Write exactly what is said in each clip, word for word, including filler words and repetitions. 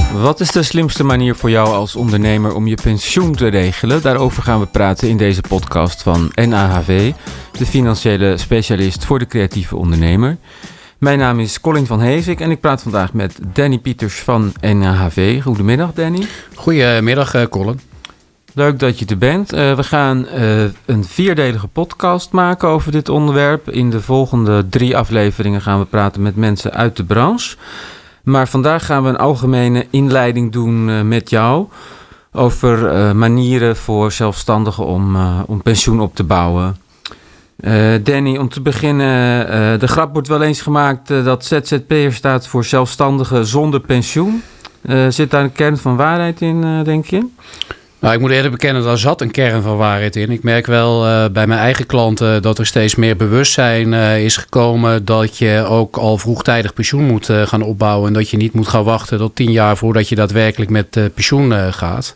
Wat is de slimste manier voor jou als ondernemer om je pensioen te regelen? Daarover gaan we praten in deze podcast van N A H V, de financiële specialist voor de creatieve ondernemer. Mijn naam is Colin van Heeswijk en ik praat vandaag met Danny Pieters van N A H V. Goedemiddag, Danny. Goedemiddag, Colin. Leuk dat je er bent. Uh, we gaan uh, een vierdelige podcast maken over dit onderwerp. In de volgende drie afleveringen gaan we praten met mensen uit de branche. Maar vandaag gaan we een algemene inleiding doen uh, met jou over uh, manieren voor zelfstandigen om, uh, om pensioen op te bouwen. Uh, Danny, om te beginnen, uh, de grap wordt wel eens gemaakt uh, dat Z Z P'er staat voor zelfstandigen zonder pensioen. Uh, zit daar een kern van waarheid in, uh, denk je? Nou, ik moet eerder bekennen, daar zat een kern van waarheid in. Ik merk wel uh, bij mijn eigen klanten dat er steeds meer bewustzijn uh, is gekomen dat je ook al vroegtijdig pensioen moet uh, gaan opbouwen. En dat je niet moet gaan wachten tot tien jaar voordat je daadwerkelijk met uh, pensioen uh, gaat.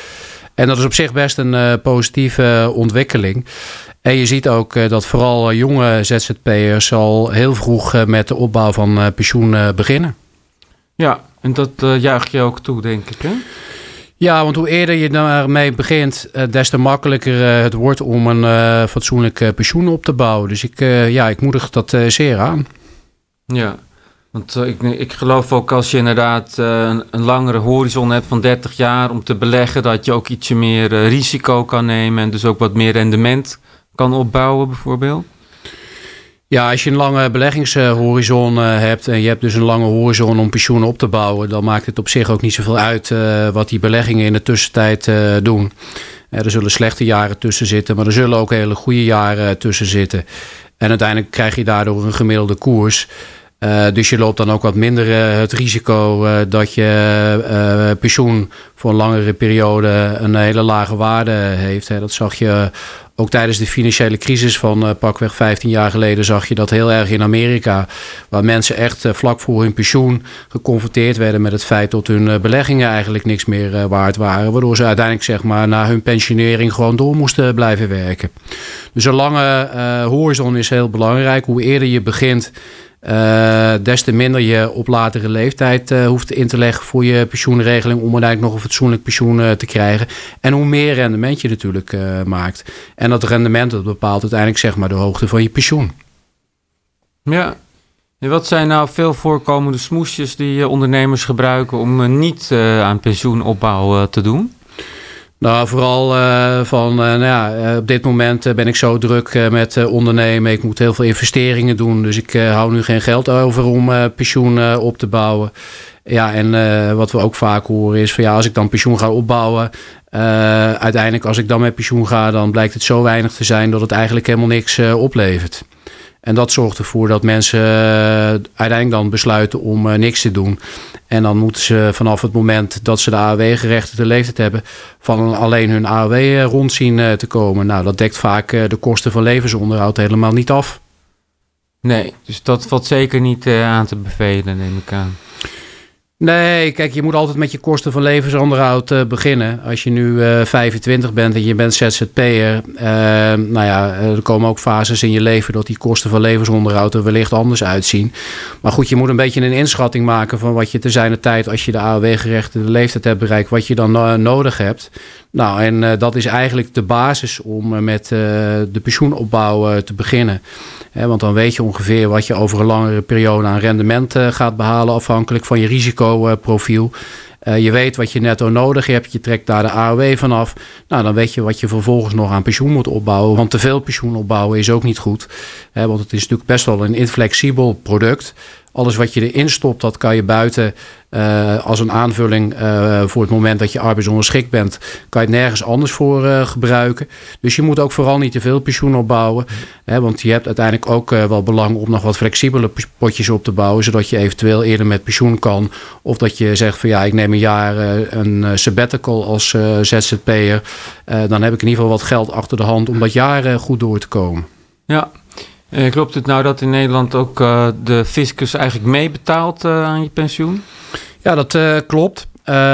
En dat is op zich best een uh, positieve uh, ontwikkeling. En je ziet ook uh, dat vooral uh, jonge Z Z P'ers al heel vroeg uh, met de opbouw van uh, pensioen uh, beginnen. Ja, en dat uh, juich je ook toe, denk ik, hè? Ja, want hoe eerder je daarmee begint, des te makkelijker het wordt om een uh, fatsoenlijk pensioen op te bouwen. Dus ik, uh, ja, ik moedig dat uh, zeer aan. Ja, want uh, ik, ik geloof ook als je inderdaad uh, een, een langere horizon hebt van dertig jaar om te beleggen, dat je ook ietsje meer uh, risico kan nemen en dus ook wat meer rendement kan opbouwen bijvoorbeeld. Ja, als je een lange beleggingshorizon uh, hebt en je hebt dus een lange horizon om pensioen op te bouwen, dan maakt het op zich ook niet zoveel uit uh, wat die beleggingen in de tussentijd uh, doen. Uh, er zullen slechte jaren tussen zitten, maar er zullen ook hele goede jaren tussen zitten. En uiteindelijk krijg je daardoor een gemiddelde koers. Uh, dus je loopt dan ook wat minder uh, het risico uh, dat je uh, pensioen voor een langere periode een hele lage waarde heeft. Hè. Dat zag je ook tijdens de financiële crisis van uh, pakweg vijftien jaar geleden, zag je dat heel erg in Amerika. Waar mensen echt uh, vlak voor hun pensioen geconfronteerd werden met het feit dat hun uh, beleggingen eigenlijk niks meer uh, waard waren. Waardoor ze uiteindelijk zeg maar na hun pensionering gewoon door moesten blijven werken. Dus een lange uh, horizon is heel belangrijk. Hoe eerder je begint, Uh, des te minder je op latere leeftijd uh, hoeft in te leggen voor je pensioenregeling om uiteindelijk nog een fatsoenlijk pensioen uh, te krijgen. En hoe meer rendement je natuurlijk uh, maakt. En dat rendement dat bepaalt uiteindelijk zeg maar de hoogte van je pensioen. Ja, en wat zijn nou veel voorkomende smoesjes die uh, ondernemers gebruiken om uh, niet uh, aan pensioenopbouw uh, te doen? Nou, vooral uh, van, uh, nou ja, uh, op dit moment uh, ben ik zo druk uh, met uh, ondernemen. Ik moet heel veel investeringen doen, dus ik uh, hou nu geen geld over om uh, pensioen uh, op te bouwen. Ja, en uh, wat we ook vaak horen is van ja, als ik dan pensioen ga opbouwen, uh, uiteindelijk als ik dan met pensioen ga, dan blijkt het zo weinig te zijn dat het eigenlijk helemaal niks uh, oplevert. En dat zorgt ervoor dat mensen uh, uiteindelijk dan besluiten om uh, niks te doen. En dan moeten ze vanaf het moment dat ze de A O W-gerechtigde leeftijd hebben, van alleen hun A O W rond zien uh, te komen. Nou, dat dekt vaak uh, de kosten van levensonderhoud helemaal niet af. Nee, dus dat valt zeker niet uh, aan te bevelen, neem ik aan. Nee, kijk, je moet altijd met je kosten van levensonderhoud uh, beginnen. Als je nu uh, vijfentwintig bent en je bent Z Z P'er, uh, nou ja, er komen ook fases in je leven dat die kosten van levensonderhoud er wellicht anders uitzien. Maar goed, je moet een beetje een inschatting maken van wat je te zijner tijd, als je de A O W-gerechtigde leeftijd hebt bereikt, wat je dan uh, nodig hebt. Nou, en uh, dat is eigenlijk de basis om uh, met uh, de pensioenopbouw uh, te beginnen. He, want dan weet je ongeveer wat je over een langere periode aan rendement uh, gaat behalen, afhankelijk van je risicoprofiel. Uh, je weet wat je netto nodig hebt, je trekt daar de A O W vanaf. Nou, dan weet je wat je vervolgens nog aan pensioen moet opbouwen. Want te veel pensioen opbouwen is ook niet goed. He, want het is natuurlijk best wel een inflexibel product. Alles wat je erin stopt, dat kan je buiten uh, als een aanvulling uh, voor het moment dat je arbeidsongeschikt bent, kan je het nergens anders voor uh, gebruiken. Dus je moet ook vooral niet te veel pensioen opbouwen. Hè, want je hebt uiteindelijk ook uh, wel belang om nog wat flexibele potjes op te bouwen, zodat je eventueel eerder met pensioen kan. Of dat je zegt van ja, ik neem een jaar uh, een uh, sabbatical als uh, Z Z P'er. Uh, dan heb ik in ieder geval wat geld achter de hand om dat jaar uh, goed door te komen. Ja. Uh, klopt het nou dat in Nederland ook uh, de fiscus eigenlijk meebetaalt uh, aan je pensioen? Ja, dat uh, klopt.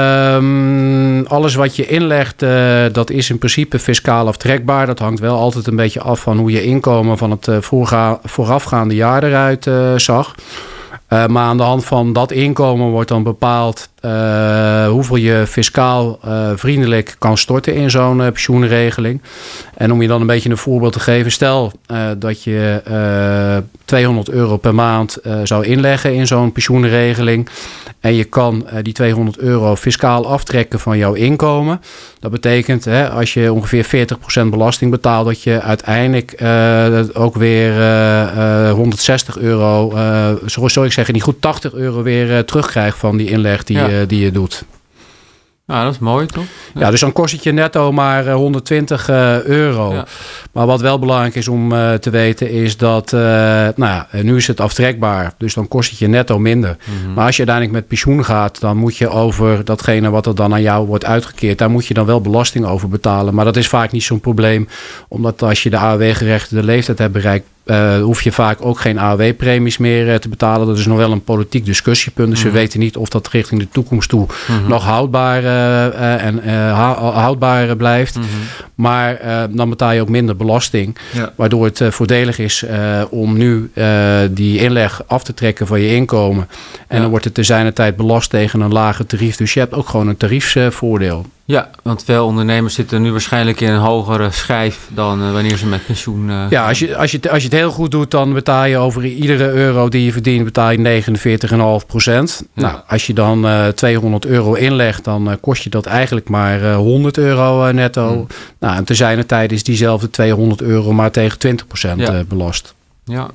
Um, alles wat je inlegt, uh, dat is in principe fiscaal aftrekbaar. Dat hangt wel altijd een beetje af van hoe je inkomen van het uh, voorga- voorafgaande jaar eruit uh, zag. Uh, maar aan de hand van dat inkomen wordt dan bepaald uh, hoeveel je fiscaal uh, vriendelijk kan storten in zo'n uh, pensioenregeling. En om je dan een beetje een voorbeeld te geven, stel uh, dat je uh, tweehonderd euro per maand uh, zou inleggen in zo'n pensioenregeling. En je kan uh, die tweehonderd euro fiscaal aftrekken van jouw inkomen. Dat betekent, hè, als je ongeveer veertig procent belasting betaalt, dat je uiteindelijk uh, ook weer uh, uh, honderdzestig euro, uh, sorry, sorry ik zeg het niet goed, tachtig euro weer uh, terugkrijgt van die inleg die, ja. uh, die je doet. Ja, dat is mooi, toch? Ja, ja dus dan kost het je netto maar uh, honderdtwintig uh, euro. Ja. Maar wat wel belangrijk is om uh, te weten is dat, uh, nou ja, nu is het aftrekbaar. Dus dan kost het je netto minder. Mm-hmm. Maar als je uiteindelijk met pensioen gaat, dan moet je over datgene wat er dan aan jou wordt uitgekeerd, daar moet je dan wel belasting over betalen. Maar dat is vaak niet zo'n probleem, omdat als je de A O W-gerechtigde leeftijd hebt bereikt, Uh, hoef je vaak ook geen A O W-premies meer uh, te betalen. Dat is nog wel een politiek discussiepunt. Dus mm-hmm. we weten niet of dat richting de toekomst toe mm-hmm. nog houdbaar, uh, uh, en, uh, houdbaar blijft. Mm-hmm. Maar uh, dan betaal je ook minder belasting. Ja. Waardoor het uh, voordelig is uh, om nu uh, die inleg af te trekken van je inkomen. En ja. dan wordt het te zijner tijd belast tegen een lager tarief. Dus je hebt ook gewoon een tariefsvoordeel. Ja, want veel ondernemers zitten nu waarschijnlijk in een hogere schijf dan uh, wanneer ze met pensioen uh, Ja, als je, als, je, als je het heel goed doet, dan betaal je over iedere euro die je verdient, betaal je negenenveertig komma vijf procent. Ja. Nou, als je dan uh, tweehonderd euro inlegt, dan uh, kost je dat eigenlijk maar uh, honderd euro uh, netto. Hmm. Nou, en te zijner tijd is diezelfde tweehonderd euro maar tegen twintig procent ja. uh, belast. Ja.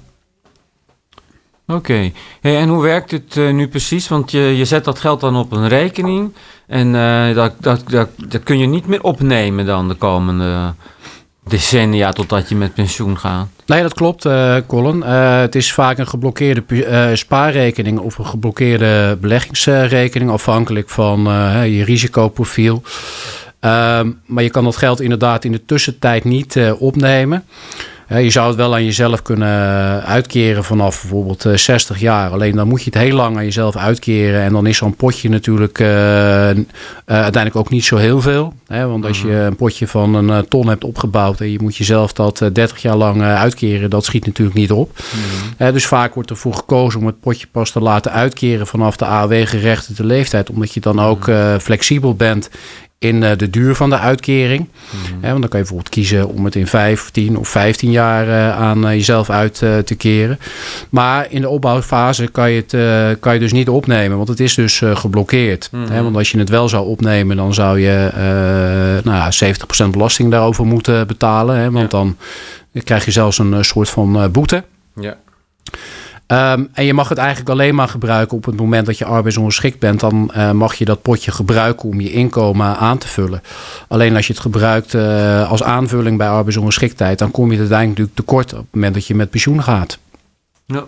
Oké. Okay. Hey, en hoe werkt het uh, nu precies? Want je, je zet dat geld dan op een rekening en uh, dat, dat, dat, dat kun je niet meer opnemen dan de komende decennia totdat je met pensioen gaat. Nee, dat klopt, uh, Colin. Uh, het is vaak een geblokkeerde uh, spaarrekening of een geblokkeerde beleggingsrekening, afhankelijk van uh, je risicoprofiel. Uh, maar je kan dat geld inderdaad in de tussentijd niet uh, opnemen. Je zou het wel aan jezelf kunnen uitkeren vanaf bijvoorbeeld zestig jaar. Alleen dan moet je het heel lang aan jezelf uitkeren. En dan is zo'n potje natuurlijk uh, uh, uiteindelijk ook niet zo heel veel. Hè? Want als je een potje van een uh, ton hebt opgebouwd en je moet jezelf dat uh, dertig jaar lang uh, uitkeren, dat schiet natuurlijk niet op. Mm-hmm. Uh, dus vaak wordt ervoor gekozen om het potje pas te laten uitkeren vanaf de A O W-gerechtigde leeftijd. Omdat je dan ook uh, flexibel bent in uh, de duur van de uitkering. Mm-hmm. He, want dan kan je bijvoorbeeld kiezen om het in vijf, tien of vijftien jaar uh, aan uh, jezelf uit uh, te keren. Maar in de opbouwfase kan je het uh, kan je dus niet opnemen, want het is dus uh, geblokkeerd. Mm-hmm. He, want als je het wel zou opnemen, dan zou je uh, nou ja, zeventig procent belasting daarover moeten betalen. He, want ja. dan krijg je zelfs een uh, soort van uh, boete. Ja. Um, en je mag het eigenlijk alleen maar gebruiken op het moment dat je arbeidsongeschikt bent. Dan uh, mag je dat potje gebruiken om je inkomen aan te vullen. Alleen als je het gebruikt uh, als aanvulling bij arbeidsongeschiktheid, dan kom je uiteindelijk natuurlijk tekort op het moment dat je met pensioen gaat. Ja.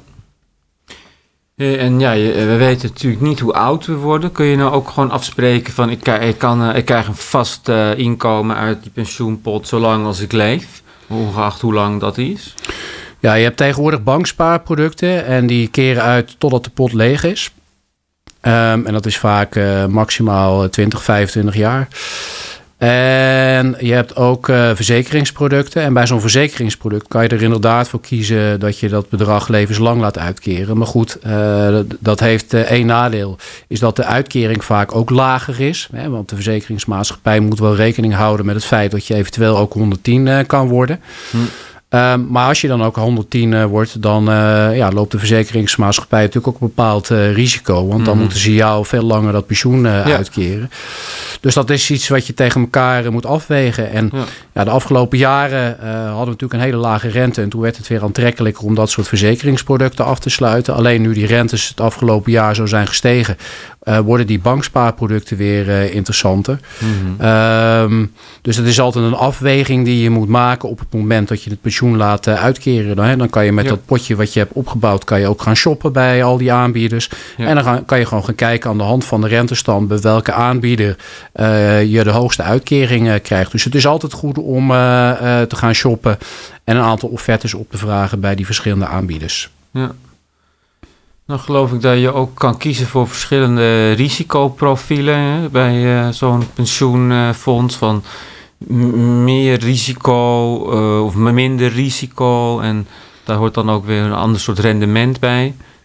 En ja, we weten natuurlijk niet hoe oud we worden. Kun je nou ook gewoon afspreken van ik, ik, kan, ik krijg een vast uh, inkomen uit die pensioenpot zolang als ik leef, ongeacht hoe lang dat is? Ja, je hebt tegenwoordig bankspaarproducten en die keren uit totdat de pot leeg is. Um, en dat is vaak uh, maximaal twintig, vijfentwintig jaar. En je hebt ook uh, verzekeringsproducten. En bij zo'n verzekeringsproduct kan je er inderdaad voor kiezen dat je dat bedrag levenslang laat uitkeren. Maar goed, uh, dat heeft uh, één nadeel. Is dat de uitkering vaak ook lager is. Hè, want de verzekeringsmaatschappij moet wel rekening houden met het feit dat je eventueel ook honderdtien uh, kan worden. Hm. Um, maar als je dan ook honderdtien uh, wordt, dan uh, ja, loopt de verzekeringsmaatschappij natuurlijk ook een bepaald uh, risico. Want dan mm-hmm. moeten ze jou veel langer dat pensioen uh, ja. uitkeren. Dus dat is iets wat je tegen elkaar uh, moet afwegen. En ja. Ja, de afgelopen jaren uh, hadden we natuurlijk een hele lage rente. En toen werd het weer aantrekkelijker om dat soort verzekeringsproducten af te sluiten. Alleen nu die rentes het afgelopen jaar zo zijn gestegen, Uh, worden die bankspaarproducten weer uh, interessanter. Mm-hmm. Um, dus het is altijd een afweging die je moet maken op het moment dat je het pensioen laat uh, uitkeren. Dan, hè, dan kan je met ja. dat potje wat je hebt opgebouwd, kan je ook gaan shoppen bij al die aanbieders. Ja. En dan gaan, kan je gewoon gaan kijken aan de hand van de rentestand bij welke aanbieder uh, je de hoogste uitkering uh, krijgt. Dus het is altijd goed om uh, uh, te gaan shoppen en een aantal offertes op te vragen bij die verschillende aanbieders. Ja. Dan geloof ik dat je ook kan kiezen voor verschillende risicoprofielen hè, bij uh, zo'n pensioenfonds. Van m- meer risico uh, of minder risico. En daar hoort dan ook weer een ander soort rendement bij.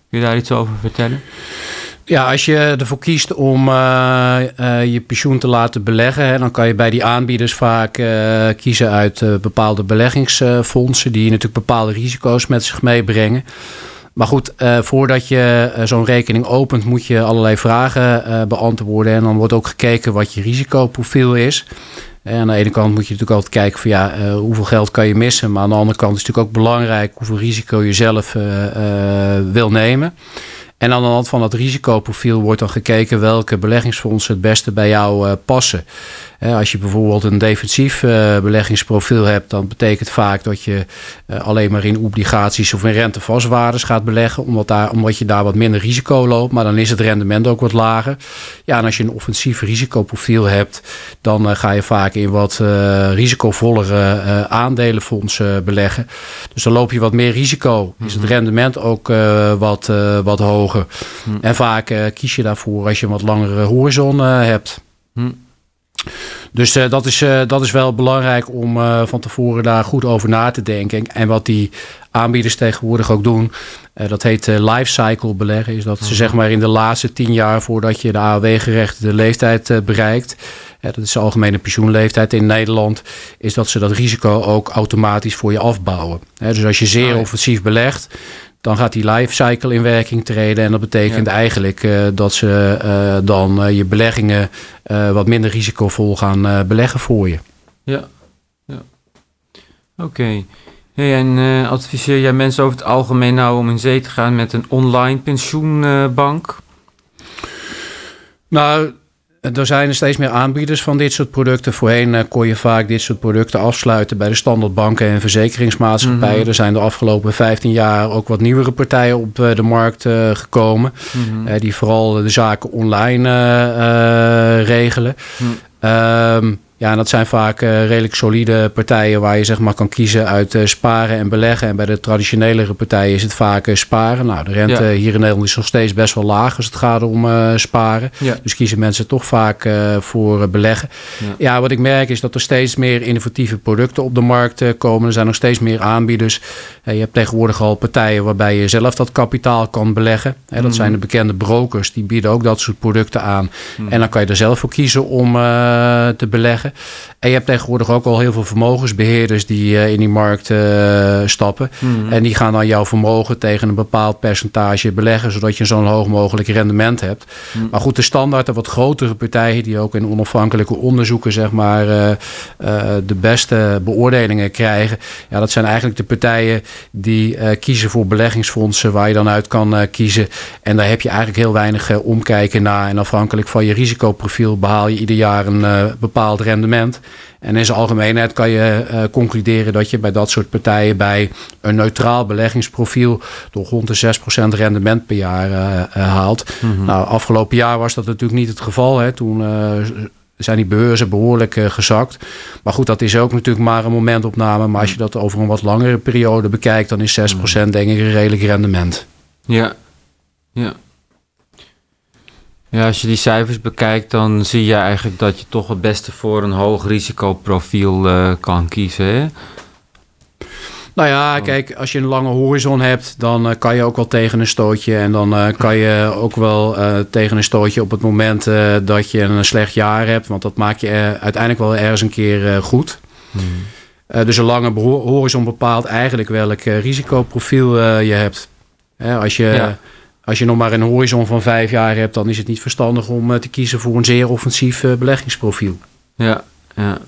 Kun je daar iets over vertellen? Ja, als je ervoor kiest om uh, uh, je pensioen te laten beleggen, hè, dan kan je bij die aanbieders vaak uh, kiezen uit uh, bepaalde beleggingsfondsen die natuurlijk bepaalde risico's met zich meebrengen. Maar goed, uh, voordat je uh, zo'n rekening opent, moet je allerlei vragen uh, beantwoorden. En dan wordt ook gekeken wat je risicoprofiel is. En aan de ene kant moet je natuurlijk altijd kijken van ja, uh, hoeveel geld kan je missen. Maar aan de andere kant is het natuurlijk ook belangrijk hoeveel risico je zelf uh, uh, wil nemen. En aan de hand van dat risicoprofiel wordt dan gekeken welke beleggingsfondsen het beste bij jou uh, passen. Eh, als je bijvoorbeeld een defensief uh, beleggingsprofiel hebt, dan betekent vaak dat je uh, alleen maar in obligaties of in rentevastwaardes gaat beleggen, omdat, daar, omdat je daar wat minder risico loopt, maar dan is het rendement ook wat lager. Ja, en als je een offensief risicoprofiel hebt, dan uh, ga je vaak in wat uh, risicovollere uh, aandelenfondsen beleggen. Dus dan loop je wat meer risico, is het rendement ook uh, wat, uh, wat hoger. Mm. En vaak uh, kies je daarvoor als je een wat langere horizon uh, hebt. Mm. Dus uh, dat, is, uh, dat is wel belangrijk om uh, van tevoren daar goed over na te denken. En wat die aanbieders tegenwoordig ook doen, uh, dat heet uh, lifecycle beleggen. Is dat ze zeg maar in de laatste tien jaar voordat je de A O W-gerechtigde leeftijd uh, bereikt, uh, dat is de algemene pensioenleeftijd in Nederland, is dat ze dat risico ook automatisch voor je afbouwen. Uh, dus als je zeer oh ja. offensief belegt, dan gaat die lifecycle in werking treden. En dat betekent ja. eigenlijk uh, dat ze uh, dan uh, je beleggingen uh, wat minder risicovol gaan uh, beleggen voor je. Ja, ja. Oké. Okay. Hey, en uh, adviseer jij mensen over het algemeen nou om in zee te gaan met een online pensioenbank? Nou, er zijn er steeds meer aanbieders van dit soort producten. Voorheen uh, kon je vaak dit soort producten afsluiten bij de standaardbanken en verzekeringsmaatschappijen. Mm-hmm. Er zijn de afgelopen vijftien jaar ook wat nieuwere partijen op uh, de markt uh, gekomen. Mm-hmm. Uh, die vooral de zaken online uh, uh, regelen. Mm. Um, Ja, en dat zijn vaak uh, redelijk solide partijen waar je zeg maar kan kiezen uit uh, sparen en beleggen. En bij de traditionelere partijen is het vaak uh, sparen. Nou, de rente ja. hier in Nederland is nog steeds best wel laag als het gaat om uh, sparen. Ja. Dus kiezen mensen toch vaak uh, voor uh, beleggen. Ja. ja, wat ik merk is dat er steeds meer innovatieve producten op de markt uh, komen. Er zijn nog steeds meer aanbieders. Uh, je hebt tegenwoordig al partijen waarbij je zelf dat kapitaal kan beleggen. Uh, dat mm. zijn de bekende brokers, die bieden ook dat soort producten aan. Mm. En dan kan je er zelf voor kiezen om uh, te beleggen. En je hebt tegenwoordig ook al heel veel vermogensbeheerders die uh, in die markt uh, stappen. Mm-hmm. En die gaan dan jouw vermogen tegen een bepaald percentage beleggen, zodat je zo'n hoog mogelijk rendement hebt. Mm. Maar goed, de standaard, de wat grotere partijen die ook in onafhankelijke onderzoeken zeg maar uh, uh, de beste beoordelingen krijgen. Ja, dat zijn eigenlijk de partijen die uh, kiezen voor beleggingsfondsen waar je dan uit kan uh, kiezen. En daar heb je eigenlijk heel weinig uh, omkijken naar. En afhankelijk van je risicoprofiel behaal je ieder jaar een uh, bepaald rendement. En in zijn algemeenheid kan je uh, concluderen dat je bij dat soort partijen bij een neutraal beleggingsprofiel toch rond de zes procent rendement per jaar uh, uh, haalt. Mm-hmm. Nou, afgelopen jaar was dat natuurlijk niet het geval. Hè. Toen uh, zijn die beurzen behoorlijk uh, gezakt. Maar goed, dat is ook natuurlijk maar een momentopname. Maar als je dat over een wat langere periode bekijkt, dan is zes procent denk ik een redelijk rendement. Ja, ja. Ja, als je die cijfers bekijkt, dan zie je eigenlijk dat je toch het beste voor een hoog risicoprofiel uh, kan kiezen. Hè? Nou ja, kijk, als je een lange horizon hebt, dan uh, kan je ook wel tegen een stootje. En dan uh, kan je ook wel uh, tegen een stootje op het moment uh, dat je een slecht jaar hebt. Want dat maak je uh, uiteindelijk wel ergens een keer uh, goed. Hmm. Uh, dus een lange horizon bepaalt eigenlijk welk uh, risicoprofiel uh, je hebt. Uh, als je... Ja. Als je nog maar een horizon van vijf jaar hebt, dan is het niet verstandig om uh, te kiezen voor een zeer offensief uh, beleggingsprofiel. Ja, ja.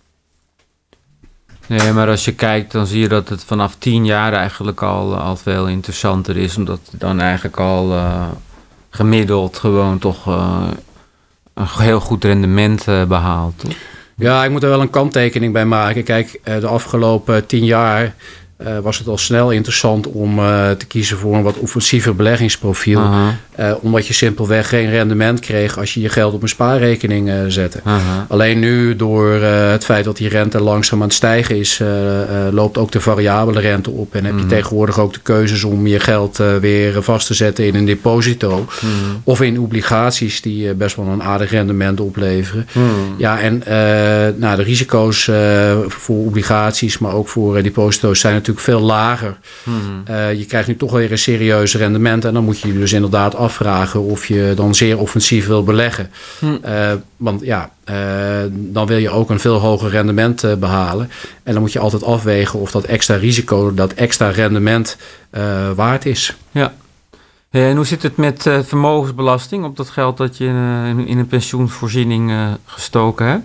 Nee, maar als je kijkt, dan zie je dat het vanaf tien jaar eigenlijk al, al veel interessanter is. Omdat het dan eigenlijk al uh, gemiddeld gewoon toch uh, een heel goed rendement uh, behaalt. Toch? Ja, ik moet er wel een kanttekening bij maken. Kijk, uh, de afgelopen tien jaar... Uh, was het al snel interessant om uh, te kiezen voor een wat offensiever beleggingsprofiel. Uh-huh. Uh, omdat je simpelweg geen rendement kreeg als je je geld op een spaarrekening uh, zette. Uh-huh. Alleen nu, door uh, het feit dat die rente langzaam aan het stijgen is, uh, uh, loopt ook de variabele rente op. En heb je uh-huh. tegenwoordig ook de keuzes om je geld uh, weer vast te zetten in een deposito. Uh-huh. Of in obligaties die uh, best wel een aardig rendement opleveren. Uh-huh. Ja, en uh, nou, de risico's uh, voor obligaties, maar ook voor uh, deposito's zijn natuurlijk natuurlijk veel lager. Mm-hmm. Uh, je krijgt nu toch weer een serieus rendement. En dan moet je je dus inderdaad afvragen of je dan zeer offensief wil beleggen. Mm. Uh, want ja, uh, dan wil je ook een veel hoger rendement uh, behalen. En dan moet je altijd afwegen of dat extra risico, dat extra rendement uh, waard is. Ja. En hoe zit het met uh, vermogensbelasting op dat geld dat je uh, in een pensioenvoorziening uh, gestoken hebt?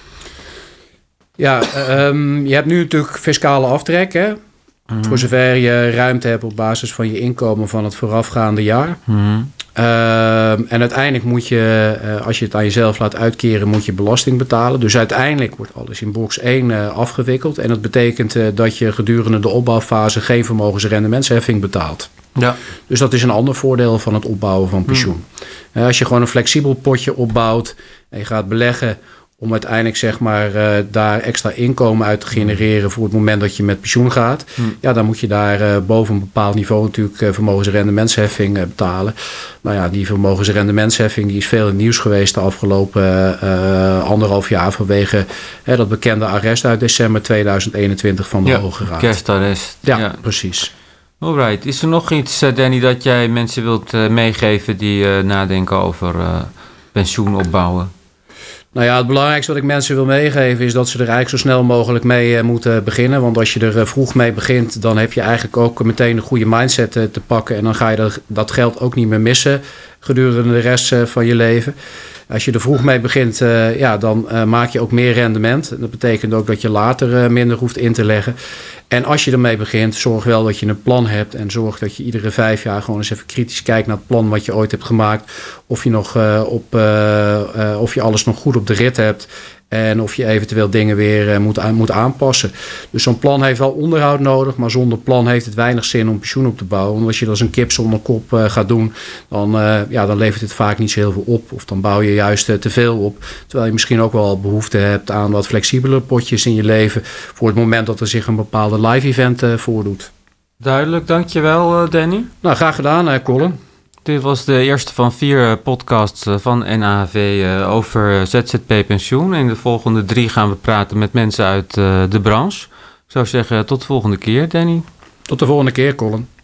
Ja, um, je hebt nu natuurlijk fiscale aftrek, hè? Mm-hmm. Voor zover je ruimte hebt op basis van je inkomen van het voorafgaande jaar. Mm-hmm. Uh, en uiteindelijk moet je, uh, als je het aan jezelf laat uitkeren, moet je belasting betalen. Dus uiteindelijk wordt alles in box één uh, afgewikkeld. En dat betekent uh, dat je gedurende de opbouwfase geen vermogensrendementsheffing betaalt. Ja. Dus dat is een ander voordeel van het opbouwen van pensioen. Mm. Uh, als je gewoon een flexibel potje opbouwt en je gaat beleggen om uiteindelijk zeg maar uh, daar extra inkomen uit te genereren voor het moment dat je met pensioen gaat. Hmm. Ja, dan moet je daar uh, boven een bepaald niveau natuurlijk uh, vermogensrendementsheffing uh, betalen. Nou ja, die vermogensrendementsheffing die is veel in het nieuws geweest de afgelopen uh, anderhalf jaar vanwege uh, dat bekende arrest uit december tweeduizend eenentwintig van de ja, Hoge Raad. Kerstarrest. Ja, ja, precies. Alright. Is er nog iets, uh, Danny, dat jij mensen wilt uh, meegeven die uh, nadenken over uh, pensioen opbouwen? Nou ja, het belangrijkste wat ik mensen wil meegeven is dat ze er eigenlijk zo snel mogelijk mee uh, moeten beginnen. Want als je er uh, vroeg mee begint, dan heb je eigenlijk ook meteen een goede mindset uh, te pakken. En dan ga je dat, dat geld ook niet meer missen gedurende de rest uh, van je leven. Als je er vroeg mee begint, uh, ja, dan uh, maak je ook meer rendement. En dat betekent ook dat je later uh, minder hoeft in te leggen. En als je ermee begint, zorg wel dat je een plan hebt. En zorg dat je iedere vijf jaar gewoon eens even kritisch kijkt naar het plan wat je ooit hebt gemaakt. Of je, nog, uh, op, uh, uh, of je alles nog goed op de rit hebt. En of je eventueel dingen weer uh, moet, aan, moet aanpassen. Dus zo'n plan heeft wel onderhoud nodig. Maar zonder plan heeft het weinig zin om pensioen op te bouwen. Want als je dat als een kip zonder kop uh, gaat doen, dan, uh, ja, dan levert het vaak niet zo heel veel op. Of dan bouw je juist uh, te veel op. Terwijl je misschien ook wel behoefte hebt aan wat flexibele potjes in je leven. Voor het moment dat er zich een bepaalde live event uh, voordoet. Duidelijk, dankjewel uh, Danny. Nou, graag gedaan uh, Colin. Dit was de eerste van vier podcasts van N A V over Z Z P-pensioen. In de volgende drie gaan we praten met mensen uit de branche. Ik zou zeggen, tot de volgende keer, Danny. Tot de volgende keer, Colin.